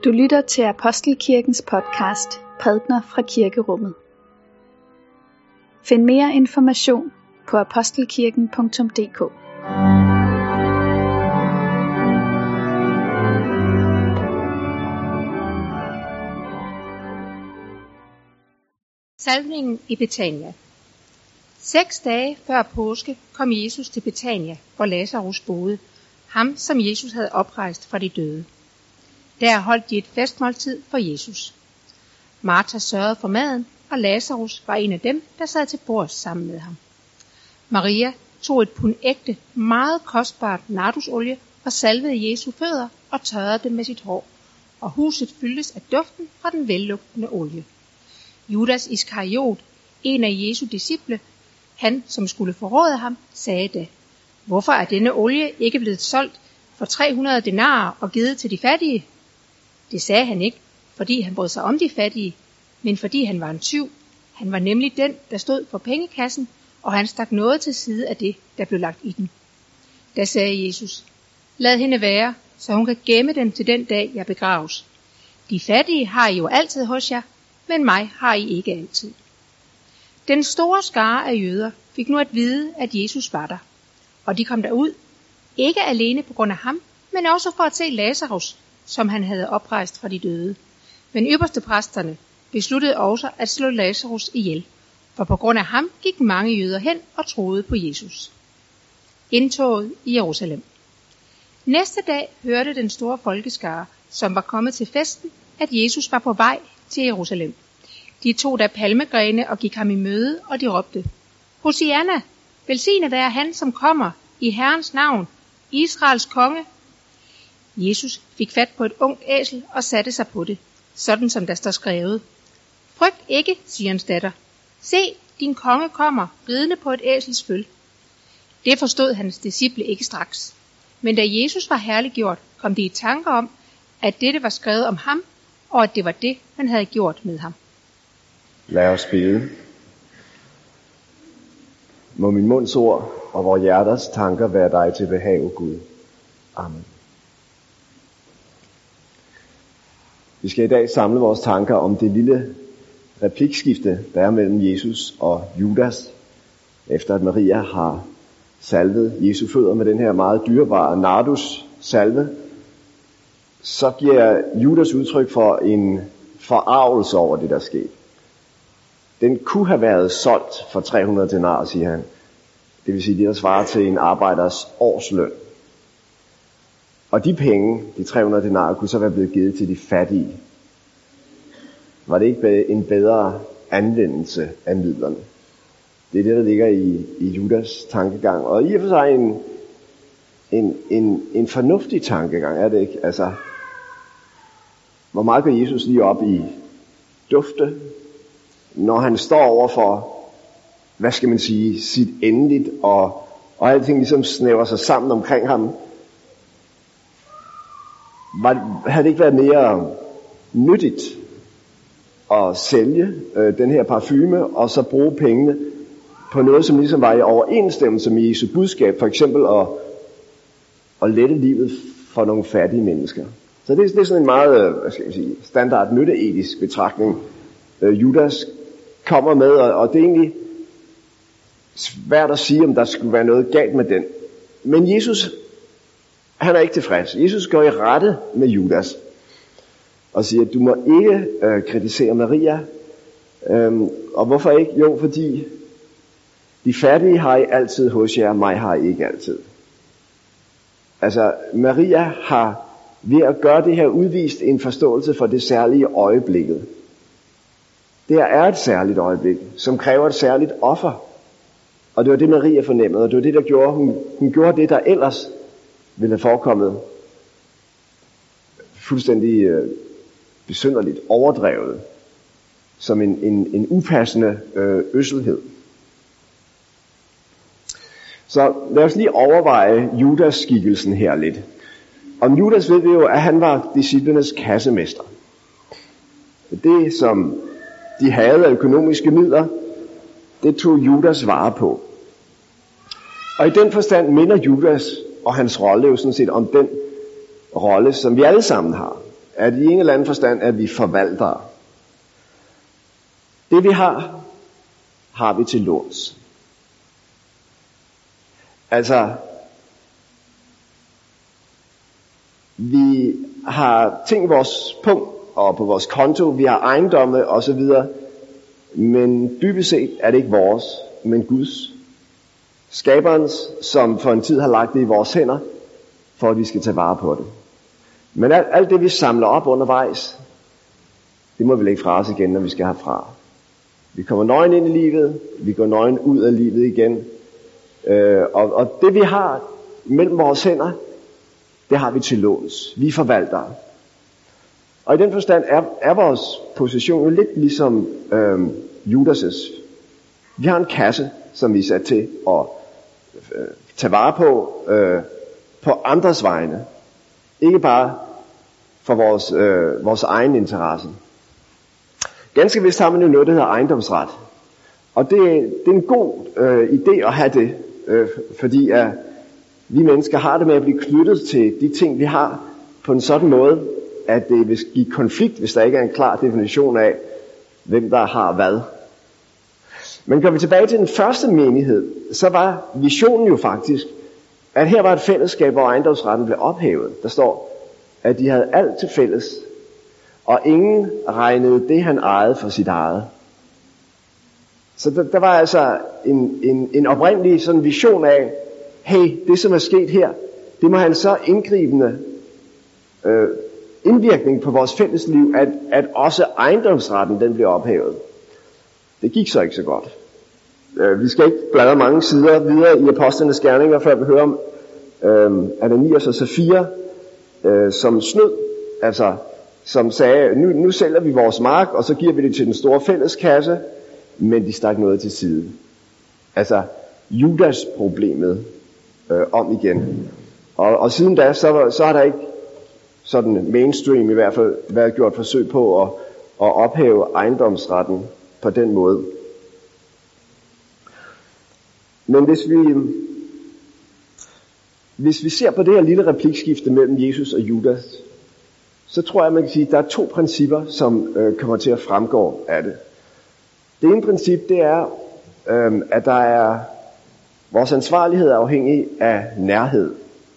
Du lytter til Apostelkirkens podcast Prædikener fra Kirkerummet. Find mere information på apostelkirken.dk. Salmningen i Betania. 6 dage før påske kom Jesus til Betania, hvor Lazarus boede, ham som Jesus havde oprejst fra de døde. Der holdt de et festmåltid for Jesus. Martha sørgede for maden, og Lazarus var en af dem, der sad til bords sammen med ham. Maria tog et pund ægte, meget kostbart nardusolie og salvede Jesu fødder og tørrede dem med sit hår, og huset fyldtes af duften fra den vellugtende olie. Judas Iskariot, en af Jesu disciple, han som skulle forråde ham, sagde da: "Hvorfor er denne olie ikke blevet solgt for 300 denarer og givet til de fattige?" Det sagde han ikke, fordi han brød sig om de fattige, men fordi han var en tyv. Han var nemlig den, der stod for pengekassen, og han stak noget til side af det, der blev lagt i den. Da sagde Jesus: "Lad hende være, så hun kan gemme dem til den dag, jeg begraves. De fattige har I jo altid hos jer, men mig har I ikke altid." Den store skare af jøder fik nu at vide, at Jesus var der, og de kom derud, ikke alene på grund af ham, men også for at se Lazarus, som han havde oprejst fra de døde. Men ypperstepræsterne besluttede også at slå Lazarus ihjel, for på grund af ham gik mange jøder hen og troede på Jesus. Indtoget i Jerusalem. Næste dag hørte den store folkeskare, som var kommet til festen, at Jesus var på vej til Jerusalem. De tog da palmegrene og gik ham i møde, og de råbte: "Hosianna, velsignet være han, som kommer i Herrens navn, Israels konge." Jesus fik fat på et ungt æsel og satte sig på det, sådan som der står skrevet: "Frygt ikke, Sions datter. Se, din konge kommer, ridende på et æsels føl." Det forstod hans disciple ikke straks. Men da Jesus var herliggjort, kom de i tanker om, at dette var skrevet om ham, og at det var det, man havde gjort med ham. Lad os bede. Må min munds ord og vores hjerters tanker være dig til behag, Gud. Amen. Vi skal i dag samle vores tanker om det lille replikskifte, der er mellem Jesus og Judas, efter at Maria har salvet Jesu fødder med den her meget dyrebare nardus salve. Så giver Judas udtryk for en forargelse over det, der skete. Den kunne have været solgt for 300 denarer, siger han. Det vil sige, det der svarer til en arbejders årsløn. Og de penge, de 300 denarer, kunne så være blevet givet til de fattige. Var det ikke en bedre anvendelse af midlerne? Det er det, der ligger i Judas tankegang. Og i og for sig en fornuftig tankegang, er det ikke? Altså, hvor meget går Jesus lige op i dufte, når han står over for, hvad skal man sige, sit endeligt, og alting ligesom snæver sig sammen omkring ham. Havde det ikke været mere nyttigt at sælge den her parfume, og så bruge pengene på noget, som ligesom var i overensstemmelse med Jesu budskab, for eksempel at lette livet for nogle fattige mennesker. Så det er sådan en meget, hvad skal jeg sige, standard nytteetisk betragtning, Judas kommer med, og det er egentlig svært at sige, om der skulle være noget galt med den. Men Jesus, han er ikke tilfreds. Jesus går i rette med Judas og siger, at du må ikke kritisere Maria. Og hvorfor ikke? Jo, fordi de fattige har I altid hos jer, mig har I ikke altid. Altså, Maria har ved at gøre det her udvist en forståelse for det særlige øjeblikket. Det er et særligt øjeblik, som kræver et særligt offer. Og det var det, Maria fornemmede, og det var det, der gjorde, hun gjorde det, der ellers ville have forekommet fuldstændig besynderligt, overdrevet, som en upassende øsselhed. Så lad os lige overveje Judas-skikkelsen her lidt. Om Judas ved vi jo, at han var disciplenes kassemester. Det, som de havde af økonomiske midler, det tog Judas vare på. Og i den forstand minder Judas og hans rolle jo sådan set om den rolle, som vi alle sammen har. at i en eller anden forstand, at vi forvaltere. Det vi har vi til låns. Altså, vi har ting i vores punkt og på vores konto, vi har ejendomme osv., men dybest set er det ikke vores, men Guds. Skaberens, som for en tid har lagt det i vores hænder, for at vi skal tage vare på det. Men alt det vi samler op undervejs, det må vi lægge fra os igen, når vi skal herfra. Vi kommer nøgen ind i livet, vi går nøgen ud af livet igen. Og det vi har mellem vores hænder, det har vi til låns. Vi forvalter. Og i den forstand er vores position jo lidt ligesom Judas'. Vi har en kasse, som vi er sat til at tage vare på andres vegne. Ikke bare for vores egen interesse. Ganske vist har man jo noget, der hedder ejendomsret. Og det er en god idé at have det, fordi vi mennesker har det med at blive knyttet til de ting, vi har, på en sådan måde, at det vil give konflikt, hvis der ikke er en klar definition af, hvem der har hvad. Men går vi tilbage til den første menighed, så var visionen jo faktisk, at her var et fællesskab, hvor ejendomsretten blev ophævet. Der står, at de havde alt til fælles, og ingen regnede det, han ejede, for sit eget. Så der var altså en oprindelig sådan vision af, hey, det som er sket her, det må have en så indgribende indvirkning på vores fælles liv, at også ejendomsretten den blev ophævet. Det gik så ikke så godt. Vi skal ikke bladre mange sider videre i Apostlenes Gerninger, før vi hører om Ananias og Safira, som snød, altså som sagde, nu sælger vi vores mark, og så giver vi det til den store fælleskasse, men de stak noget til side. Altså Judas-problemet om igen. Og siden da, så har der ikke sådan mainstream i hvert fald været gjort forsøg på at ophæve ejendomsretten på den måde. Men hvis vi ser på det her lille replikskifte mellem Jesus og Judas, så tror jeg, man kan sige, at der er 2 principper, som kommer til at fremgå af det. Det ene princip, det er, at vores ansvarlighed er afhængig af nærhed.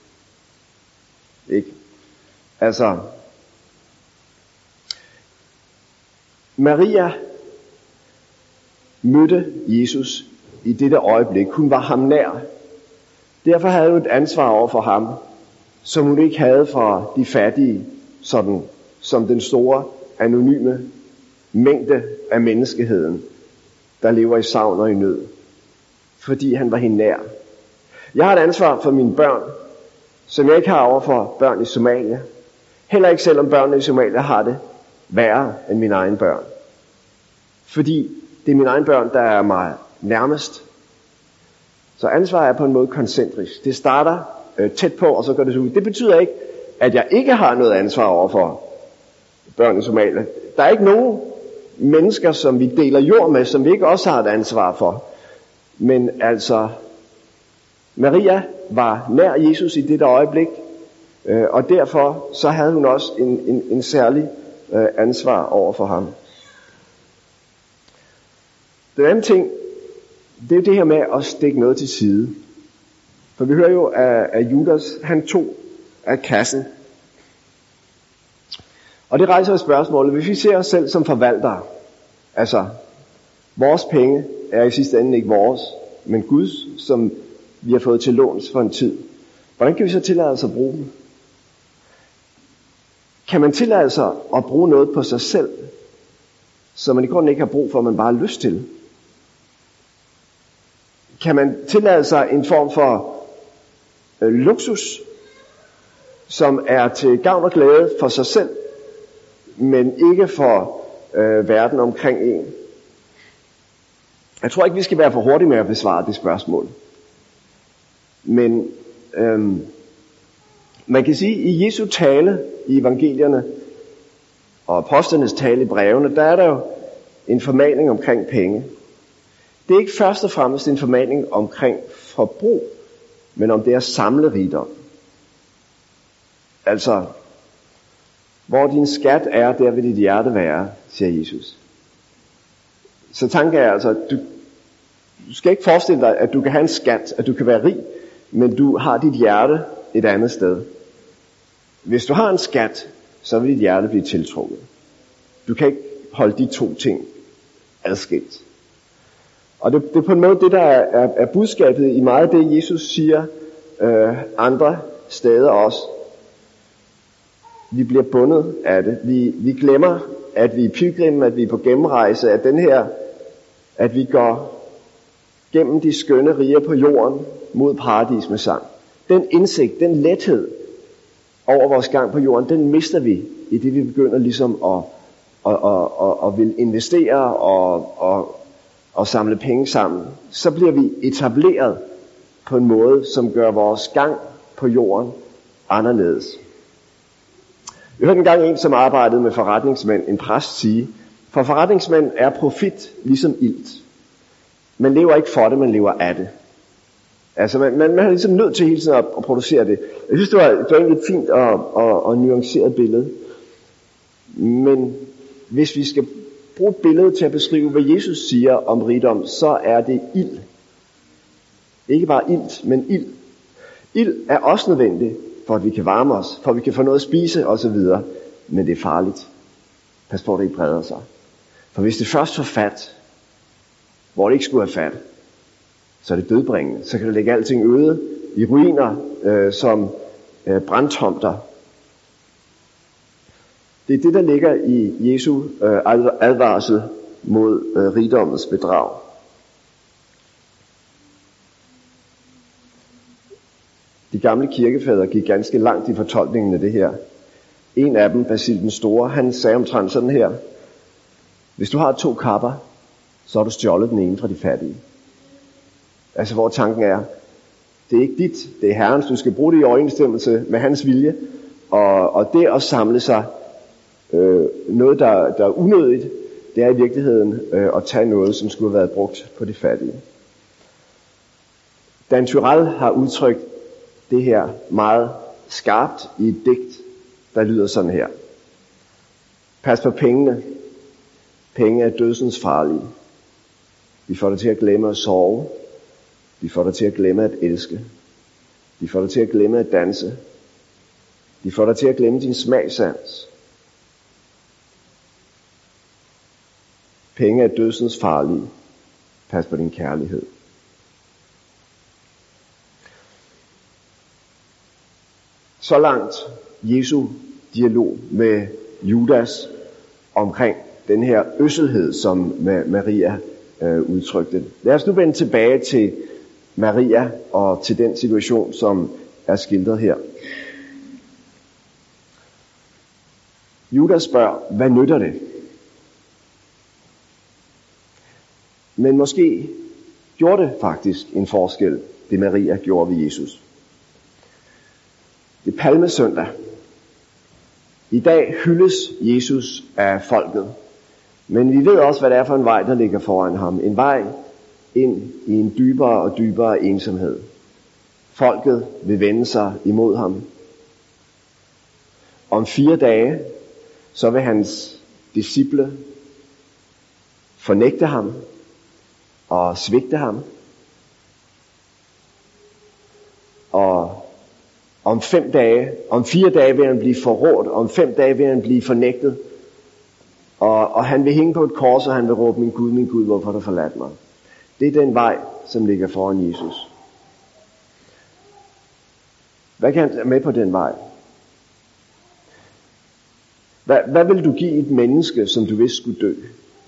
Ikke? Altså, Maria mødte Jesus i dette øjeblik. Hun var ham nær. Derfor havde hun et ansvar over for ham, som hun ikke havde for de fattige, sådan som den store, anonyme mængde af menneskeheden, der lever i savn og i nød. Fordi han var hende nær. Jeg har et ansvar for mine børn, som jeg ikke har over for børn i Somalia. Heller ikke selvom børnene i Somalia har det værre end mine egne børn. Fordi det er mine egne børn, der er mig nærmest. Så ansvar er på en måde koncentrisk. Det starter tæt på, og så går det så ud. Det betyder ikke, at jeg ikke har noget ansvar over for børn i Somalia. Der er ikke nogen mennesker, som vi deler jord med, som vi ikke også har et ansvar for. Men altså, Maria var nær Jesus i dette øjeblik, og derfor så havde hun også en særlig ansvar over for ham. Den anden ting, det er det her med at stikke noget til side. For vi hører jo, at Judas, han tog af kassen. Og det rejser et spørgsmål, hvis vi ser os selv som forvaltere, altså vores penge er i sidste ende ikke vores, men Guds, som vi har fået til låns for en tid. Hvordan kan vi så tillade os at bruge dem? Kan man tillade sig at bruge noget på sig selv, som man i grunden ikke har brug for, man bare har lyst til? Kan man tillade sig en form for luksus, som er til gavn og glæde for sig selv, men ikke for verden omkring en? Jeg tror ikke, vi skal være for hurtige med at besvare det spørgsmål. Men man kan sige, at i Jesu tale i evangelierne og apostlenes tale i brevene, der er der jo en formaning omkring penge. Det er ikke først og fremmest en formaning omkring forbrug, men om det at samle rigdom. Altså, Hvor din skat er, der vil dit hjerte være, siger Jesus. Så tanken er altså, du skal ikke forestille dig, at du kan have en skat, at du kan være rig, men du har dit hjerte et andet sted. Hvis du har en skat, så vil dit hjerte blive tiltrukket. Du kan ikke holde de to ting adskilt. Og det er på en måde det, der er budskabet i meget af det, Jesus siger andre steder også. Vi bliver bundet af det. Vi glemmer, at vi er pilgrim, at vi er på gennemrejse, at vi går gennem de skønne riger på jorden mod paradis med sang. Den indsigt, den lethed over vores gang på jorden, den mister vi i det, vi begynder ligesom at vil investere og samle penge sammen. Så bliver vi etableret på en måde, som gør vores gang på jorden anderledes. Jeg hørte engang en, som arbejdede med forretningsmænd, en præst, sige, for forretningsmænd er profit ligesom ilt. Man lever ikke for det, man lever af det. Altså man er ligesom nødt til hele tiden at producere det. Jeg synes, det var egentlig et fint og nuanceret billede. Men hvis vi skal bruge billedet til at beskrive, hvad Jesus siger om rigdom, så er det ild. Ikke bare ilt, men ild. Ild er også nødvendigt, for at vi kan varme os, for at vi kan få noget at spise osv. Men det er farligt. Pas på, at det ikke breder sig. For hvis det først får fat, hvor det ikke skulle have fat, så er det dødbringende. Så kan det lægge alting øde i ruiner som brandtomter. Det er det, der ligger i Jesu advarsel mod rigdommens bedrag. De gamle kirkefædre gik ganske langt i fortolkningen af det her. En af dem, Basil den Store, han sagde omtrent sådan her: hvis du har 2 kapper, så har du stjålet den ene fra de fattige. Altså hvor tanken er, det er ikke dit, det er Herrens, du skal bruge det i overensstemmelse med hans vilje. Og det at samle sig noget, der er unødigt, det er i virkeligheden at tage noget, som skulle have været brugt på de fattige. Dan Tyrell har udtrykt det her meget skarpt i et digt, der lyder sådan her. Pas på pengene. Penge er dødsens farlige. De får dig til at glemme at sove. De får dig til at glemme at elske. De får dig til at glemme at danse. De får dig til at glemme din smagssans. Penge er dødsens farlige. Pas på din kærlighed. Så langt Jesu dialog med Judas omkring den her øsselhed, som Maria udtrykte. Lad os nu vende tilbage til Maria og til den situation, som er skildret her. Judas spørger, hvad nytter det? Men måske gjorde det faktisk en forskel, det Maria gjorde ved Jesus. Det er palmesøndag. I dag hyldes Jesus af folket. Men vi ved også, hvad det er for en vej, der ligger foran ham. En vej ind i en dybere og dybere ensomhed. Folket vil vende sig imod ham. Om 4 dage, så vil hans disciple fornægte ham og svigte ham. Og om 4 dage vil han blive forrådt, om 5 dage vil han blive fornægtet. Og han vil hænge på et kors, og han vil råbe, min Gud, hvorfor har du forladt mig? Det er den vej, som ligger foran Jesus. Hvad kan han tage med på den vej? Hvad vil du give et menneske, som du vidste skulle dø?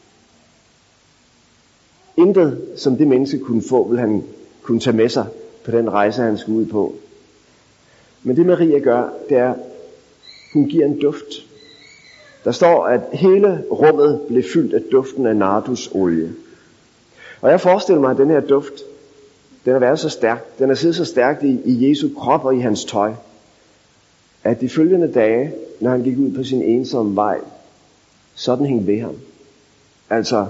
Intet, som det menneske kunne få, vil han kunne tage med sig på den rejse, han skulle ud på. Men det Maria gør, det er, hun giver en duft. Der står, at hele rummet blev fyldt af duften af nardusolie. Og jeg forestiller mig, at den her duft, den har været så stærk, den har siddet så stærkt i Jesu krop og i hans tøj, at de følgende dage, når han gik ud på sin ensomme vej, sådan hænge ved ham. Altså,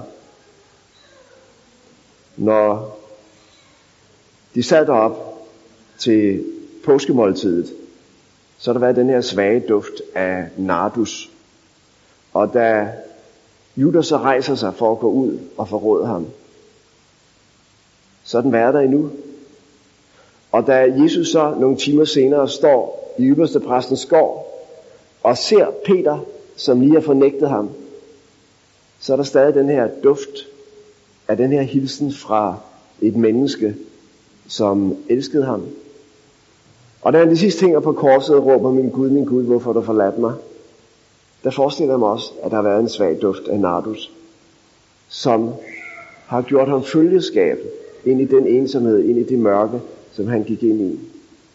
når de sad derop til påskemåltidet, så har der været den her svage duft af nardus. Og da Judas så rejser sig for at gå ud og forråde ham, så er den været der endnu. Og da Jesus så nogle timer senere står i ypperste præstens gård og ser Peter, som lige har fornægtet ham, så er der stadig den her duft af den her hilsen fra et menneske, som elskede ham. Og da han de sidste tænker på korset og råber, min Gud, hvorfor har du forladt mig? Der forestiller jeg mig også, at der har været en svag duft af nardus, som har gjort ham følgeskab ind i den ensomhed, ind i det mørke, som han gik ind i.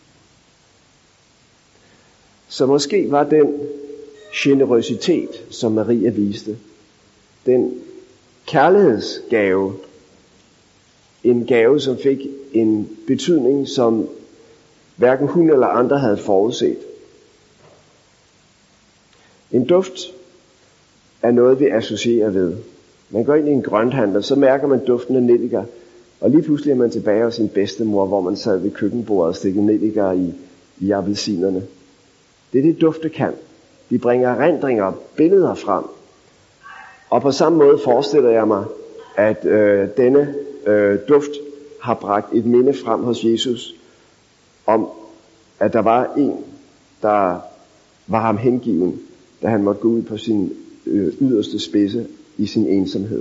Så måske var den generøsitet, som Maria viste, den kærlighedsgave, en gave, som fik en betydning, som hverken hun eller andre havde forudset. En duft er noget, vi associerer ved. Man går ind i en grønthandler, så mærker man duften af nelliker, og lige pludselig er man tilbage hos sin bedstemor, hvor man sad ved køkkenbordet og stikkede nelliker i appelsinerne. Det er det, dufte kan. De bringer erindringer og billeder frem. Og på samme måde forestiller jeg mig, at denne duft har bragt et minde frem hos Jesus, om at der var en, der var ham hengiven, da han måtte gå ud på sin yderste spidse i sin ensomhed.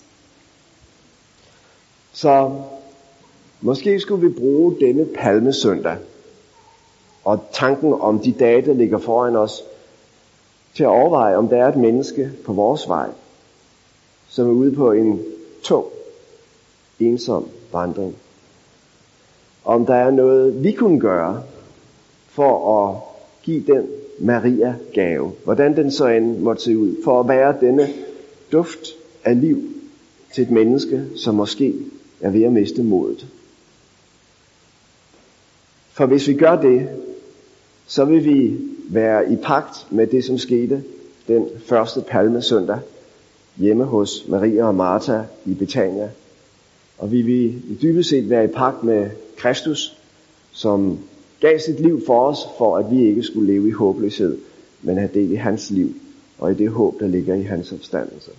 Så måske skulle vi bruge denne palmesøndag og tanken om de dage, der ligger foran os, til at overveje, om der er et menneske på vores vej, som er ude på en tung, ensom vandring. Om der er noget, vi kunne gøre for at give den Maria-gave, hvordan den så end måtte se ud, for at være denne duft af liv til et menneske, som måske er ved at miste modet. For hvis vi gør det, så vil vi være i pagt med det, som skete den første palmesøndag hjemme hos Maria og Martha i Betania. Og vi vil dybest set være i pagt med Kristus, som gav sit liv for os, for at vi ikke skulle leve i håbløshed, men have del i hans liv og i det håb, der ligger i hans opstandelse.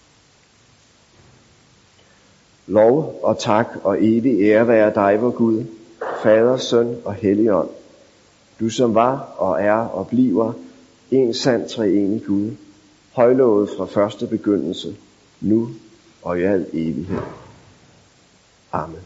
Lov og tak og evig ære være dig, vor Gud, Fader, Søn og Helligånd. Du som var og er og bliver en sand treenig Gud, højlovet fra første begyndelse, nu og i al evighed. Amen.